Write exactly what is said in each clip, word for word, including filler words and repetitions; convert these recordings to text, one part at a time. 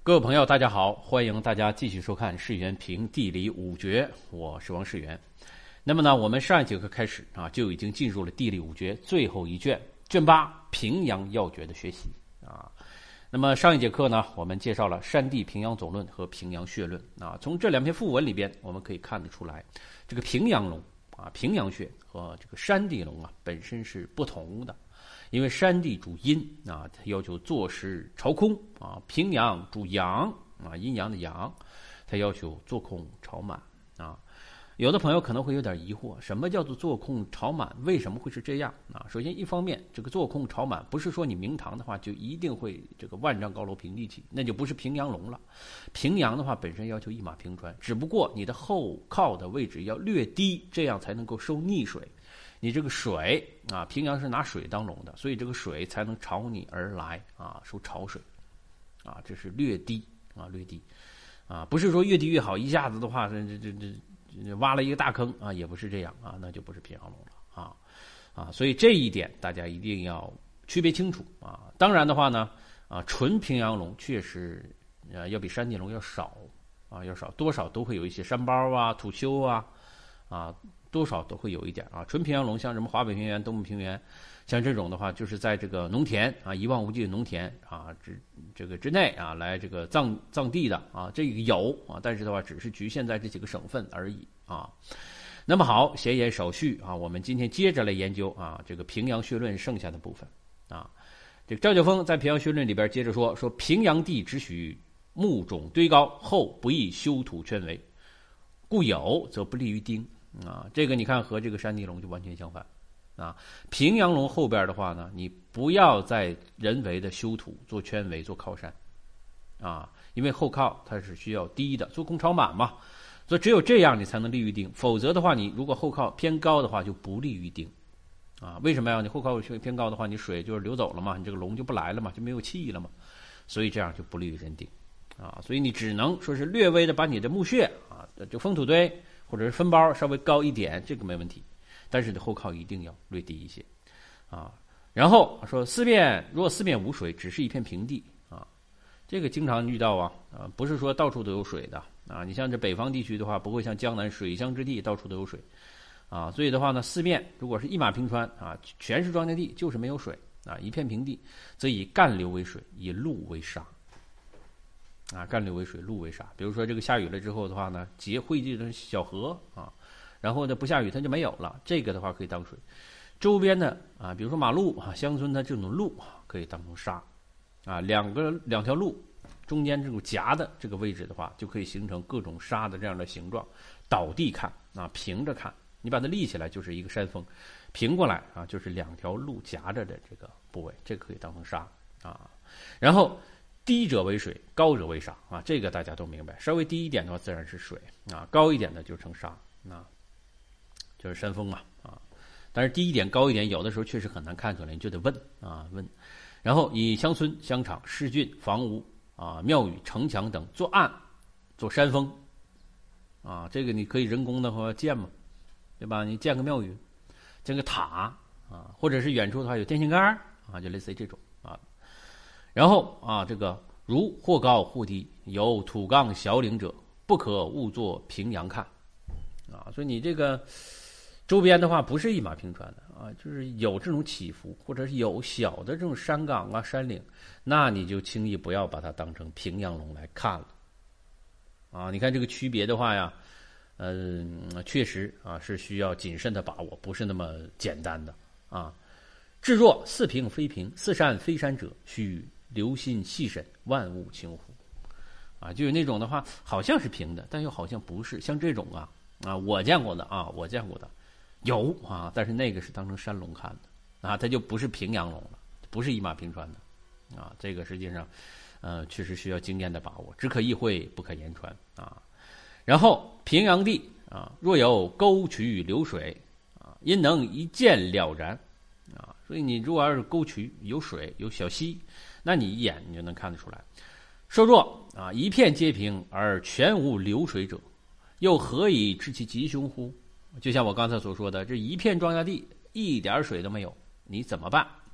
各位朋友，大家好，欢迎大家继续收看世元评地理五绝，我是王世元。那么呢，我们上一节课开始啊，就已经进入了地理五绝最后一卷，卷八平阳要诀的学习啊。那么上一节课呢，我们介绍了山地平阳总论和平阳穴论啊。从这两篇赋文里边，我们可以看得出来，这个平阳龙啊，平阳穴和这个山地龙啊，本身是不同的。因为山地主阴啊，它要求坐实朝空啊；平阳主阳啊，阴阳的阳，它要求坐空朝满啊。有的朋友可能会有点疑惑，什么叫做坐空朝满？为什么会是这样啊？首先，一方面，这个坐空朝满不是说你明堂的话就一定会这个万丈高楼平地起，那就不是平阳龙了。平阳的话本身要求一马平川，只不过你的后靠的位置要略低，这样才能够收逆水。你这个水啊，平阳是拿水当龙的，所以这个水才能朝你而来啊，收潮水啊，这是略低啊，略低啊，不是说越低越好，一下子的话，这这这这挖了一个大坑啊，也不是这样啊，那就不是平阳龙了啊啊，所以这一点大家一定要区别清楚啊。当然的话呢，啊，纯平阳龙确实啊要比山地龙要少啊，要少，多少都会有一些山包啊、土丘啊啊。多少都会有一点啊，纯平阳龙像什么华北平原、东部平原，像这种的话，就是在这个农田啊，一望无际的农田啊之这个之内啊，来这个藏藏地的啊，这个有啊，但是的话只是局限在这几个省份而已啊。那么好，闲言少叙啊，我们今天接着来研究啊这个平阳穴论剩下的部分啊。这个赵九峰在平阳穴论里边接着说说平阳地只许木种堆高，后不宜修土圈围，故有则不利于丁。啊，这个你看和这个山地龙就完全相反啊。平阳龙后边的话呢，你不要再人为的修土做圈围做靠山啊，因为后靠它是需要低的，做空朝满嘛，所以只有这样你才能利于丁，否则的话你如果后靠偏高的话就不利于丁啊。为什么呀？你后靠偏高的话，你水就是流走了嘛，你这个龙就不来了嘛，就没有气了嘛，所以这样就不利于人丁啊。所以你只能说是略微的把你的墓穴啊，就封土堆或者是分包稍微高一点，这个没问题，但是后靠一定要略低一些啊。然后说四面若四面无水，只是一片平地啊，这个经常遇到啊啊，不是说到处都有水的啊。你像这北方地区的话，不会像江南水乡之地到处都有水啊，所以的话呢，四面如果是一马平川啊，全是庄稼地，就是没有水啊，一片平地，则以干流为水，以陆为沙。啊，干流为水，陆为沙。比如说这个下雨了之后的话呢，结汇聚成小河啊，然后呢不下雨它就没有了，这个的话可以当水。周边的啊，比如说马路啊、乡村的这种路可以当成沙啊，两个两条路中间这种夹的这个位置的话，就可以形成各种沙的这样的形状。倒地看啊，平着看，你把它立起来就是一个山峰，平过来啊就是两条路夹着的这个部位，这个可以当成沙啊。然后低者为水，高者为沙啊，这个大家都明白。稍微低一点的话，自然是水啊；高一点的就成沙啊，就是山峰嘛啊。但是低一点、高一点，有的时候确实很难看出来，你就得问啊问。然后以乡村、乡场、市郡、房屋啊、庙宇、城墙等做岸、做山峰啊，这个你可以人工的话建嘛，对吧？你建个庙宇，建个塔啊，或者是远处的话有电线杆啊，就类似于这种啊。然后啊，这个如或高或低，有土岗小岭者，不可误作平阳看啊。所以你这个周边的话不是一马平川的啊，就是有这种起伏，或者是有小的这种山岗啊、山岭，那你就轻易不要把它当成平阳龙来看了啊。你看这个区别的话呀，嗯，确实啊是需要谨慎的把握，不是那么简单的啊。至若似平非平，似山非山者，须留心细审，万物清乎啊。就有那种的话好像是平的，但又好像不是，像这种啊啊我见过的啊我见过的有啊，但是那个是当成山龙看的啊，它就不是平阳龙了，不是一马平川的啊。这个实际上呃确实需要经验的把握，只可意会不可言传啊。然后平阳地啊，若有沟渠流水啊，因能一见了然啊。所以你如果要是沟渠有水有小溪，那你一眼你就能看得出来。说若啊一片皆平而全无流水者，又何以知其吉凶乎？就像我刚才所说的，这一片庄稼地一点水都没有，你怎么办？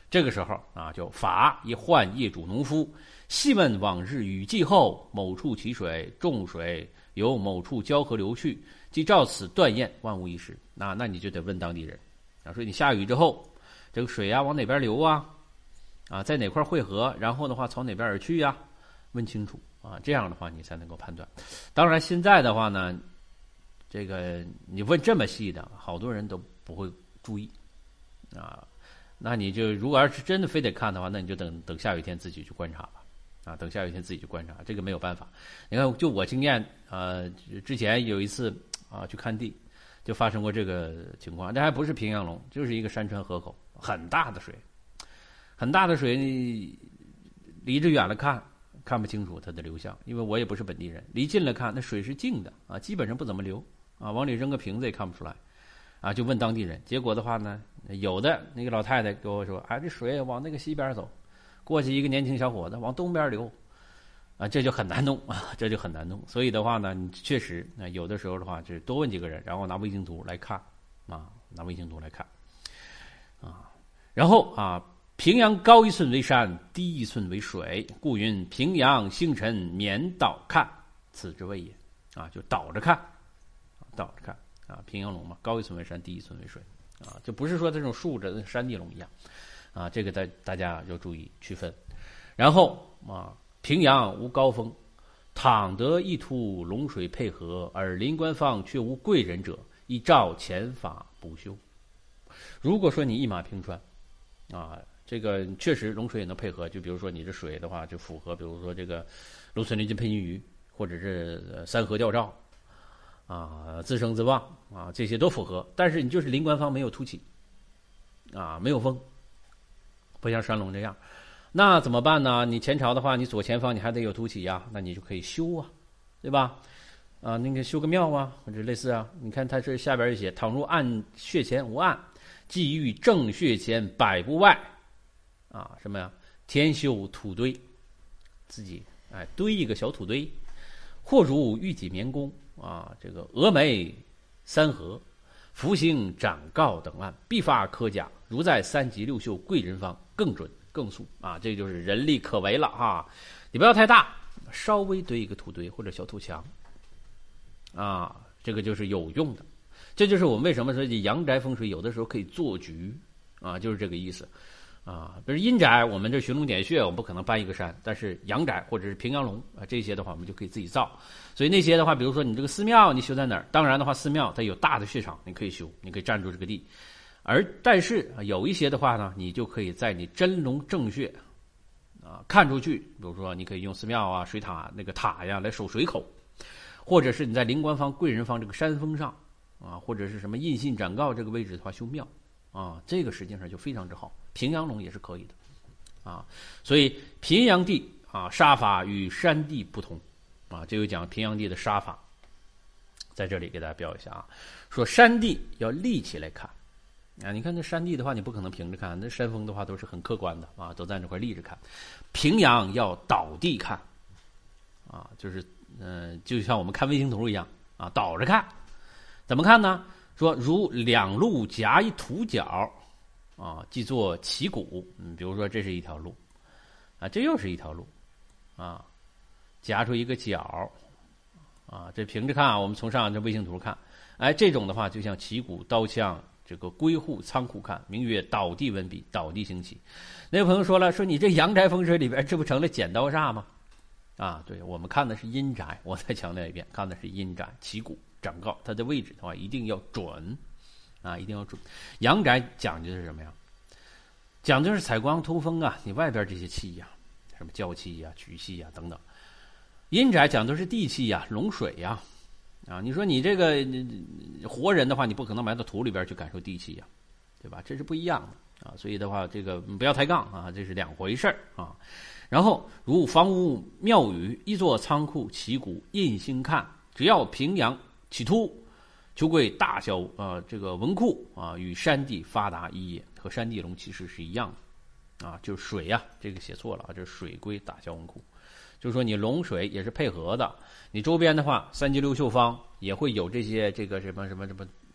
这个时候啊，就法以唤业主农夫，细问往日雨季后，某处起水，众水由某处交河流去，即照此断验，万无一失。那那你就得问当地人啊，说你下雨之后，这个水啊往哪边流啊？啊，在哪块汇合？然后的话从哪边而去呀、啊？问清楚啊，这样的话你才能够判断。当然现在的话呢，这个你问这么细的，好多人都不会注意啊。那你就如果要是真的非得看的话，那你就等等下雨天自己去观察吧。啊，等下雨天自己去观察，这个没有办法。你看，就我经验，呃，之前有一次啊去看地，就发生过这个情况。这还不是平阳龙，就是一个山川河口，很大的水，很大的水，你离着远了看看不清楚它的流向，因为我也不是本地人。离近了看，那水是静的啊，基本上不怎么流啊，往里扔个瓶子也看不出来。啊，就问当地人，结果的话呢，有的那个老太太跟我说，啊，这水往那个西边走，过去一个年轻小伙子往东边流，啊，这就很难弄啊，这就很难弄。所以的话呢，你确实，那有的时候的话，就是多问几个人，然后拿卫星图来看，啊，拿卫星图来看，啊，然后啊，平阳高一寸为山，低一寸为水，故云平阳星辰免倒看，此之谓也。啊，就倒着看，倒着看。啊，平阳龙嘛，高一寸为山，低一寸为水，啊，就不是说这种竖着的山地龙一样，啊，这个大大家要注意区分。然后啊，平阳无高峰，倘得一突龙水配合，而临官方却无贵人者，依照前法补修。如果说你一马平川，啊，这个确实龙水也能配合，就比如说你这水的话，就符合，比如说这个芦村离金配金鱼，或者是三河吊照。啊，自生自旺啊，这些都符合，但是你就是临官方没有凸起，啊，没有风，不像山龙这样，那怎么办呢？你前朝的话，你左前方你还得有凸起呀，那你就可以修啊，对吧？啊，那个修个庙啊，或者类似啊。你看它这下边就写：倘若暗穴前无暗，即于正穴前百步外，啊，什么呀？填修土堆，自己哎堆一个小土堆，或如玉脊棉宫。啊，这个峨眉、三河、福星、长告等案，必发科甲。如在三级六宿贵人方，更准更速啊！这就是人力可为了哈。你不要太大，稍微堆一个土堆或者小土墙，啊，这个就是有用的。这就是我们为什么说这阳宅风水有的时候可以做局啊，就是这个意思。啊，比如阴宅，我们这寻龙点穴，我们不可能搬一个山，但是阳宅或者是平阳龙啊，这些的话，我们就可以自己造。所以那些的话，比如说你这个寺庙，你修在哪儿？当然的话，寺庙它有大的穴场，你可以修，你可以占住这个地。而但是有一些的话呢，你就可以在你真龙正穴啊看出去，比如说你可以用寺庙啊、水塔那个塔呀来守水口，或者是你在灵官方、贵人方这个山峰上啊，或者是什么印信展告这个位置的话修庙啊，这个实际上就非常之好。平阳龙也是可以的，啊，所以平阳地啊杀法与山地不同，啊，这就讲平阳地的杀法，在这里给大家标一下啊，说山地要立起来看，啊，你看这山地的话，你不可能平着看，那山峰的话都是很客观的啊，都在那块立着看，平阳要倒地看，啊，就是嗯、呃，就像我们看卫星图一样啊，倒着看，怎么看呢？说如两路夹一土角。啊，即作旗鼓，嗯，比如说这是一条路，啊，这又是一条路，啊，夹出一个角，啊，这平着看啊，我们从上这卫星图看，哎，这种的话就像旗鼓、刀枪这个归户仓库看，名曰倒地文笔，倒地兴起。那个朋友说了，说你这阳宅风水里边，这不成了剪刀煞吗？啊，对，我们看的是阴宅，我再强调一遍，看的是阴宅，旗鼓、掌告，它的位置的话一定要准。啊，一定要准。阳宅讲究是什么呀？讲究是采光通风啊，你外边这些气呀、啊，什么娇气呀、曲气呀等等。阴宅讲究是地气呀、龙水呀。啊，你说你这个活人的话，你不可能埋到土里边去感受地气呀，对吧？这是不一样的啊。所以的话，这个不要抬杠啊，这是两回事儿啊。然后如房屋、庙宇、一座仓库、旗鼓、印星看，只要平阳起突。求贵大小啊、呃，这个文库啊，与山地发达一也，和山地龙其实是一样的啊，就是水呀、啊，这个写错了啊，这是水归大小文库，就是说你龙水也是配合的，你周边的话，三级六宿方也会有这些这个什么什么什么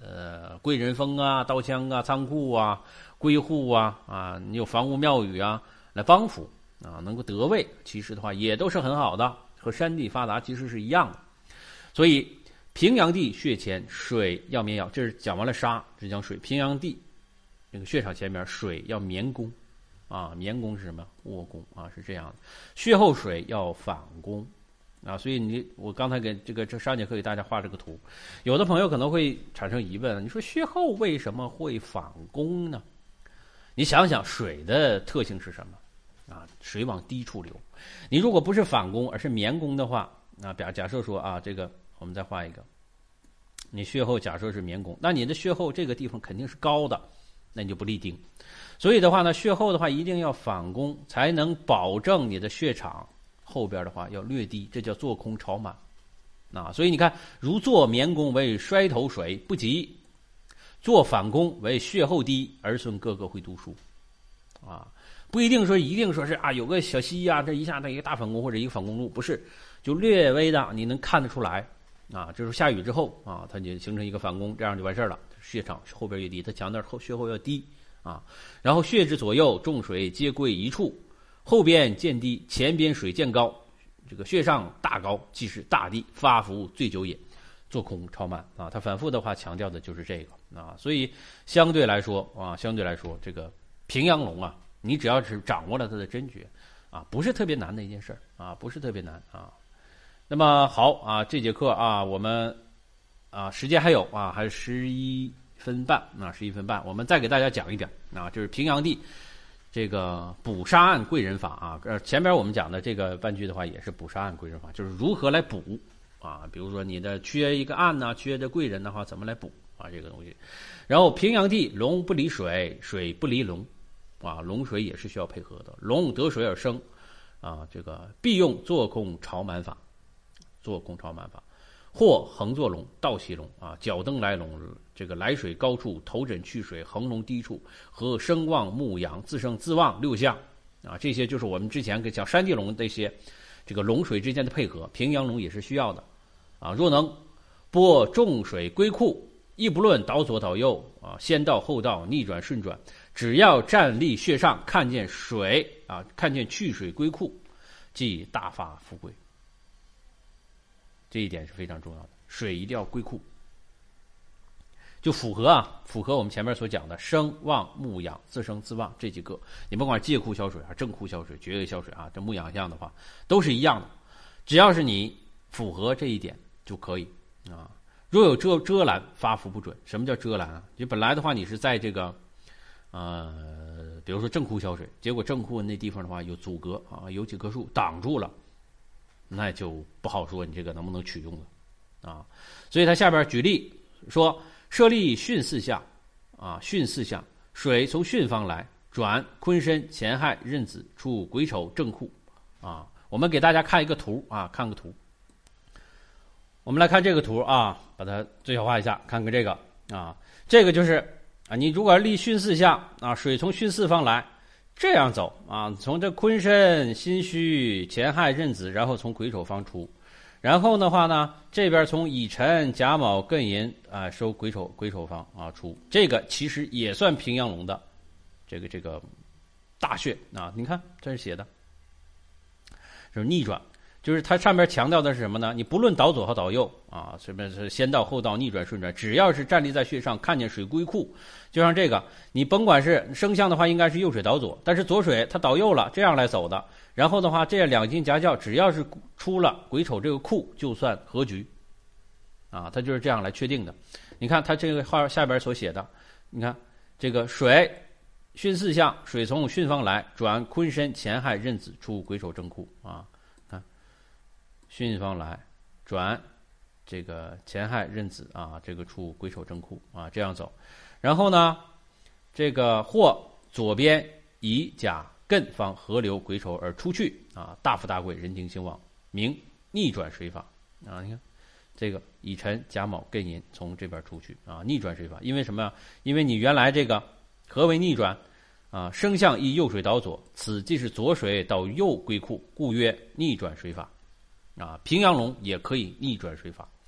呃贵人峰啊、刀枪啊、仓库啊、归户啊啊，你有房屋庙宇啊来帮扶啊，能够得位，其实的话也都是很好的，和山地发达其实是一样的。所以平阳地穴前水要绵摇，这是讲完了沙，这讲水。平阳地这个穴场前面水要绵攻啊，绵攻是什么？卧攻啊，是这样的。穴后水要反攻啊，所以你我刚才给这个这上节课给大家画这个图，有的朋友可能会产生疑问，你说穴后为什么会反攻呢？你想想水的特性是什么啊？水往低处流，你如果不是反攻而是绵攻的话，啊，假假设说啊，这个我们再画一个，你穴后假设是绵攻，那你的穴后这个地方肯定是高的，那你就不立定。所以的话呢，穴后的话一定要反攻，才能保证你的穴场后边的话要略低，这叫做空朝满。啊，所以你看，如做绵攻为衰头水不急，做反攻为穴后低，儿孙个个会读书。啊，不一定说一定说是啊，有个小溪呀、啊，这一下它一个大反攻或者一个反攻路，不是，就略微的你能看得出来。啊，就是下雨之后啊，它就形成一个反攻，这样就完事了。穴场后边越低，它强调后穴后要低啊。然后穴之左右众水皆归一处，后边渐低，前边水渐高，这个穴上大高，即是大地，发福最久也。做空超慢啊，它反复的话强调的就是这个啊。所以相对来说啊，相对来说这个平阳龙啊，你只要是掌握了它的真诀啊，不是特别难的一件事啊，不是特别难啊。那么好啊，这节课啊，我们啊时间还有啊，还是十一分半啊，十一分半，我们再给大家讲一点啊，就是平阳地这个补杀案贵人法啊。呃，前边我们讲的这个半句的话，也是补杀案贵人法，就是如何来补啊。比如说你的缺一个案呢、啊，缺的贵人的话，怎么来补啊？这个东西。然后平阳地龙不离水，水不离龙啊，龙水也是需要配合的，龙得水而生啊，这个必用坐空朝满法。做空朝满法，或横坐龙、倒袭龙啊，脚蹬来龙，这个来水高处，头枕去水，横龙低处，和生旺木阳，自生自旺六项啊，这些就是我们之前跟讲山地龙这些这个龙水之间的配合，平阳龙也是需要的啊。若能拨众水归库，亦不论导左导右啊，先到后到，逆转顺转，只要站立穴上，看见水啊，看见去水归库，即大发富贵。这一点是非常重要的，水一定要归库，就符合啊，符合我们前面所讲的生旺木养自生自旺这几个。你甭管借库消水啊，正库消水、绝对消水啊，这木养相的话都是一样的，只要是你符合这一点就可以啊。若有遮遮拦，发福不准。什么叫遮拦啊？就本来的话你是在这个呃，比如说正库消水，结果正库那地方的话有阻隔啊，有几棵树挡住了。那就不好说你这个能不能取用了啊。所以他下边举例说，设立巽四象啊，巽四象，水从巽方来，转坤申乾亥壬子出癸丑正库啊。我们给大家看一个图啊，看个图。我们来看这个图啊，把它最小化一下，看看这个啊，这个就是啊，你如果立巽四象啊，水从巽四方来。这样走啊，从这坤申、辛戌、乾亥、壬子，然后从癸丑方出，然后的话呢，这边从乙辰、甲卯、艮寅啊收癸丑癸丑方啊出，这个其实也算平阳龙的这个这个大穴啊。你看这是写的，就是逆转，就是它上面强调的是什么呢？你不论导左和导右啊，什么是先到后到、逆转顺转，只要是站立在穴上，看见水归库。就像这个，你甭管是生相的话，应该是右水导左，但是左水它导右了，这样来走的。然后的话，这样两经夹教，只要是出了癸丑这个库，就算合局，啊，它就是这样来确定的。你看它这个号下边所写的，你看这个水巽四象，水从巽方来，转坤申乾亥壬子出癸丑正库啊，看巽方来，转这个乾亥壬子啊，这个出癸丑正库啊，这样走。然后呢，这个或左边乙甲艮方合流癸丑而出去啊，大富大贵，人丁兴旺，名逆转水法啊。你看这个乙辰甲卯艮寅从这边出去啊，逆转水法。因为什么呀？因为你原来这个何为逆转啊？生相依右水导左，此即是左水导右归库，故曰逆转水法啊。平阳龙也可以逆转水法。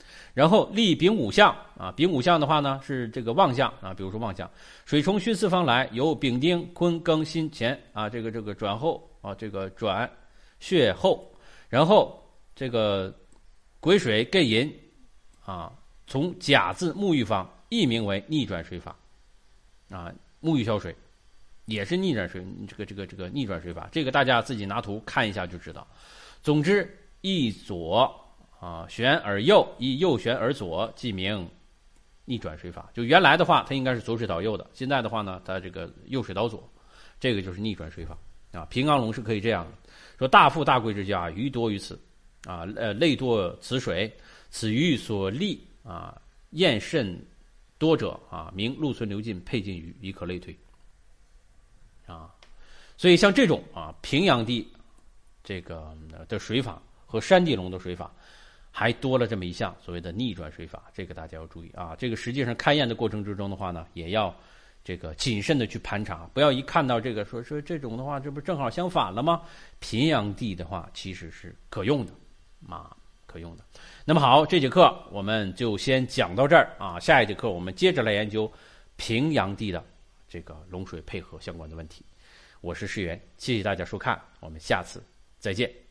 然后立丙午相啊，丙午相的话呢是这个旺相啊，比如说旺相，水从巽四方来，由丙丁坤庚辛乾啊，这个这个转后啊，这个转血后，然后这个癸水艮寅啊，从甲字沐浴方，亦名为逆转水法啊，沐浴消水也是逆转水，这个这个这个逆转水法，这个大家自己拿图看一下就知道。总之，一左啊旋而右，一右旋而左，即名逆转水法。就原来的话，它应该是左水倒右的，现在的话呢，它这个右水倒左，这个就是逆转水法啊。平冈龙是可以这样的，说大富大贵之家，鱼多于此啊，呃，类多此水，此鱼所利啊，厌甚多者啊，名禄存流进，配进鱼，以可类推啊。所以像这种啊，平阳地这个的水法和山地龙的水法，还多了这么一项所谓的逆转水法，这个大家要注意啊。这个实际上勘验的过程之中的话呢，也要这个谨慎的去盘查，不要一看到这个说说这种的话，这不正好相反了吗？平阳地的话其实是可用的啊，可用的。那么好，这节课我们就先讲到这儿啊，下一节课我们接着来研究平阳地的这个龙水配合相关的问题。我是世源，谢谢大家收看，我们下次再见。